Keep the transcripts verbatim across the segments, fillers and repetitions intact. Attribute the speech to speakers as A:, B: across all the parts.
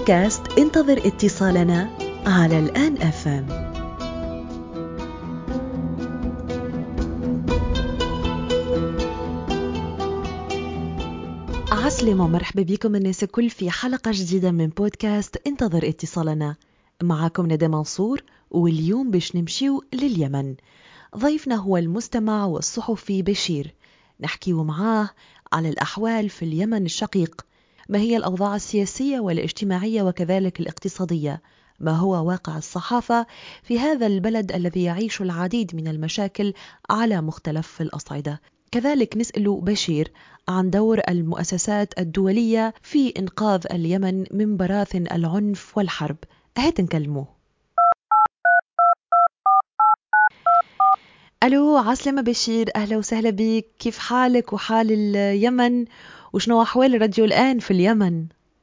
A: بودكاست انتظر اتصالنا على الآن أف أم. عسلامة ومرحبا بكم الناس الكل في حلقة جديدة من بودكاست انتظر اتصالنا. معكم ندى منصور، واليوم باش نمشيو لليمن. ضيفنا هو المستمع والصحفي بشير، نحكيو معاه على الأحوال في اليمن الشقيق. ما هي الأوضاع السياسية والاجتماعية وكذلك الاقتصادية؟ ما هو واقع الصحافة في هذا البلد الذي يعيش العديد من المشاكل على مختلف الأصعدة؟ كذلك نسأل بشير عن دور المؤسسات الدولية في إنقاذ اليمن من براثن العنف والحرب. هات نكلموه. ألو، عسلامة بشير، أهلا وسهلا بك. كيف حالك وحال اليمن؟ وشنو أحوال راديو الآن في اليمن؟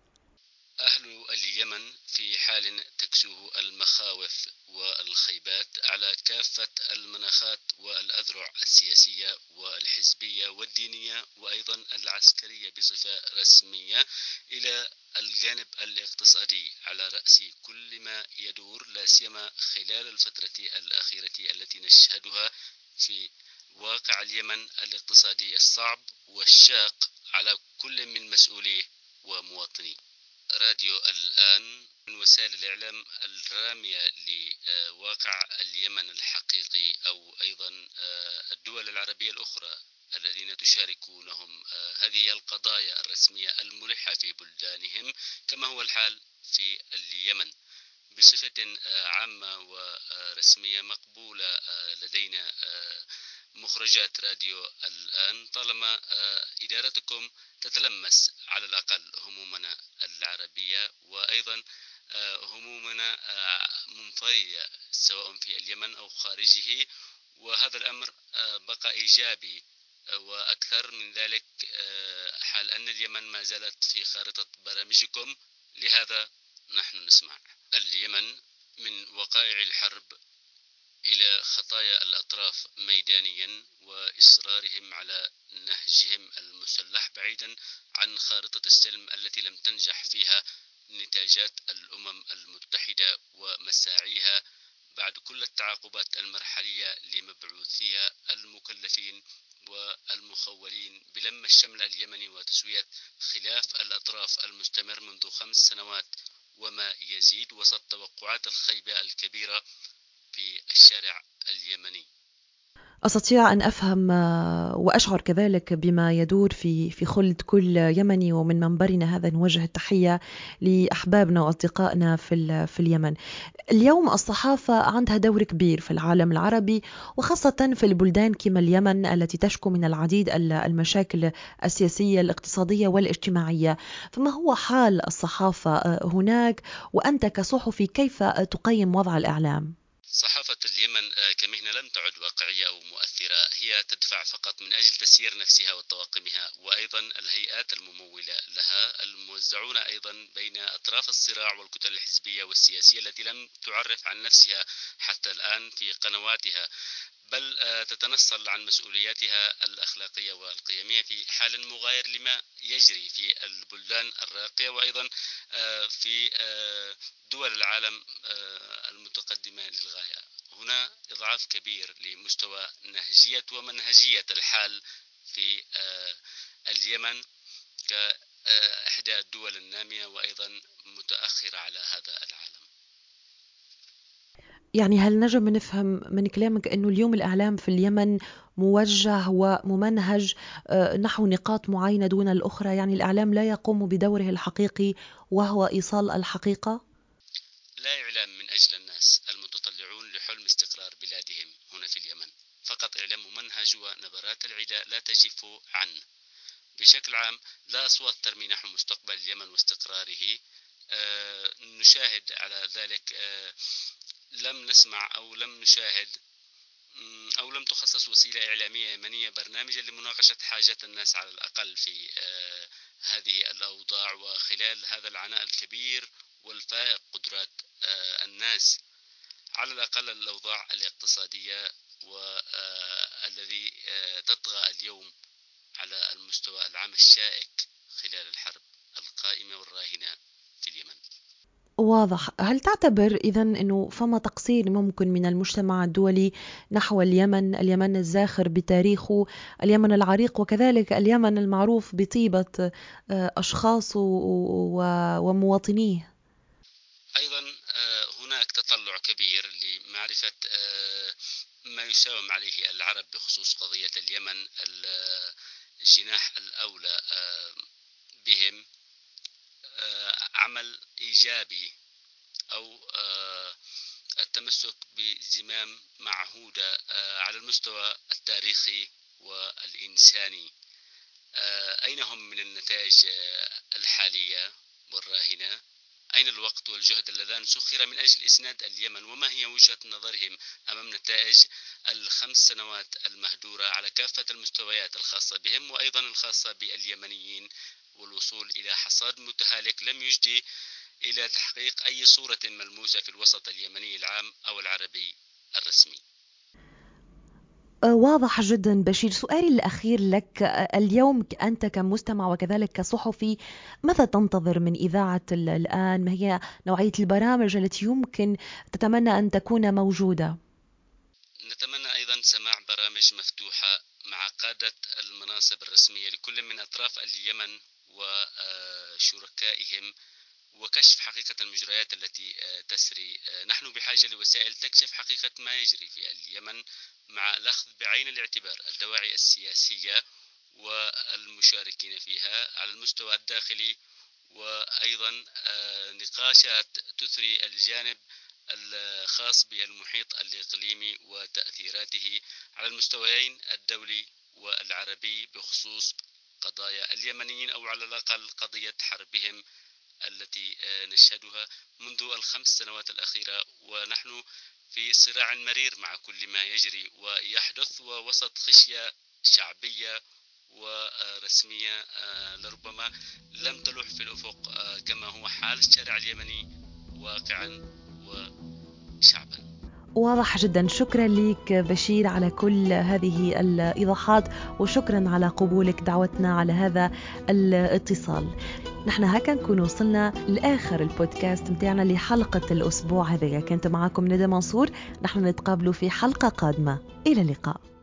B: أهل اليمن في حال تكسوه المخاوف والخيبات على كافة المناخات والأذرع السياسية والحزبية والدينية وأيضا العسكرية بصفة رسمية، إلى الجانب الاقتصادي على رأس كل ما يدور، لا سيما خلال الفترة الأخيرة التي نشهدها في واقع اليمن الاقتصادي الصعب والشاق على كل من مسؤوليه ومواطنيه. راديو الآن من وسائل الإعلام الرامية لواقع اليمن الحقيقي، أو أيضا الدول العربية الأخرى الذين تشاركونهم هذه القضايا الرسمية الملحة في بلدانهم، كما هو الحال في اليمن. بصفة عامة ورسمية مقبولة لدينا مخرجات راديو الآن، طالما إدارتكم تتلمس على الأقل همومنا العربية وأيضا همومنا منفردة سواء في اليمن أو خارجه، وهذا الأمر بقى إيجابي وأكثر من ذلك حال أن اليمن ما زالت في خارطة برامجكم. لهذا نحن نسمع. اليمن من وقائع الحرب إلى خطايا الأطراف ميدانيا وإصرارهم على نهجهم المسلح، بعيدا عن خارطة السلم التي لم تنجح فيها نتاجات الأمم المتحدة ومساعيها بعد كل التعاقبات المرحلية لمبعوثيها المكلفين والمخولين بلم الشمل اليمني وتسوية خلاف الأطراف المستمر منذ خمس سنوات وما يزيد، وسط توقعات الخيبة الكبيرة في الشارع اليمني.
A: أستطيع أن أفهم وأشعر كذلك بما يدور في في خلد كل يمني، ومن منبرنا هذا نوجه التحية لأحبابنا وأصدقائنا في في اليمن. اليوم الصحافة عندها دور كبير في العالم العربي، وخاصة في البلدان كما اليمن التي تشكو من العديد المشاكل السياسية الاقتصادية والاجتماعية. فما هو حال الصحافة هناك، وأنت كصحفي كيف تقيم وضع الإعلام؟
B: صحافة اليمن كمهنة لم تعد واقعية أو مؤثرة، هي تدفع فقط من أجل تسيير نفسها وطواقمها، وأيضا الهيئات الممولة لها الموزعون أيضا بين أطراف الصراع والكتل الحزبية والسياسية التي لم تعرف عن نفسها حتى الآن في قنواتها، بل تتنصل عن مسؤولياتها الأخلاقية والقيمية في حال مغاير لما يجري في البلدان الراقية وأيضا في دول العالم المتقدمة للغاية. هنا إضعاف كبير لمستوى نهجية ومنهجية الحال في اليمن كإحدى الدول النامية وأيضا متأخرة على هذا العالم.
A: يعني هل نجم نفهم من كلامك أنه اليوم الإعلام في اليمن موجه وممنهج نحو نقاط معينة دون الأخرى؟ يعني الإعلام لا يقوم بدوره الحقيقي وهو إيصال الحقيقة؟
B: لا إعلام من أجل الناس المتطلعون لحلم استقرار بلادهم هنا في اليمن، فقط إعلام ممنهج ونبرات العداء لا تجف عنه. بشكل عام لا أصوات ترمي نحو مستقبل اليمن واستقراره. آه نشاهد على ذلك آه لم نسمع أو لم نشاهد أو لم تخصص وسيلة إعلامية يمنية برنامجا لمناقشة حاجات الناس على الأقل في آه هذه الأوضاع، وخلال هذا العناء الكبير والفائق قدرات آه الناس على الأقل الأوضاع الاقتصادية والذي آه تطغى اليوم على المستوى العام الشائك خلال الحرب القائمة والراهنة في اليمن.
A: واضح. هل تعتبر إذن أنه فما تقصير ممكن من المجتمع الدولي نحو اليمن، اليمن الزاخر بتاريخه، اليمن العريق، وكذلك اليمن المعروف بطيبة أشخاص ومواطنيه؟
B: أيضا هناك تطلع كبير لمعرفة ما يساوم عليه العرب بخصوص قضية اليمن. الجناح الأولى بهم عمل إيجابي أو التمسك بزمام معهودة على المستوى التاريخي والإنساني. أين هم من النتائج الحالية والراهنة؟ أين الوقت والجهد اللذان سخر من أجل إسناد اليمن؟ وما هي وجهة نظرهم أمام نتائج الخمس سنوات المهدورة على كافة المستويات الخاصة بهم وأيضا الخاصة باليمنيين، والوصول إلى حصاد متهالك لم يجدي إلى تحقيق أي صورة ملموسة في الوسط اليمني العام أو العربي الرسمي؟
A: واضح جدا بشير. سؤالي الأخير لك اليوم أنت كمستمع وكذلك كصحفي، ماذا تنتظر من إذاعة الآن؟ ما هي نوعية البرامج التي يمكن تتمنى أن تكون موجودة؟
B: نتمنى أيضا سماع برامج مفتوحة مع قادة المناصب الرسمية لكل من أطراف اليمن وشركائهم، وكشف حقيقة المجريات التي تسري. نحن بحاجة لوسائل تكشف حقيقة ما يجري في اليمن مع الأخذ بعين الاعتبار الدواعي السياسية والمشاركين فيها على المستوى الداخلي، وأيضا نقاشات تثري الجانب الخاص بالمحيط الإقليمي وتأثيراته على المستويين الدولي والعربي بخصوص قضايا اليمنيين، أو على الأقل قضية حربهم التي نشهدها منذ الخمس سنوات الأخيرة، ونحن في صراع مرير مع كل ما يجري ويحدث، ووسط خشية شعبية ورسمية لربما لم تلوح في الأفق كما هو حال الشارع اليمني واقعا وشعبا.
A: واضح جدا. شكرا لك بشير على كل هذه الإيضاحات، وشكرا على قبولك دعوتنا على هذا الاتصال. نحن هكا نكون وصلنا لآخر البودكاست متاعنا لحلقة الأسبوع هذا. كنت معكم ندى منصور، نحن نتقابلوا في حلقة قادمة. إلى اللقاء.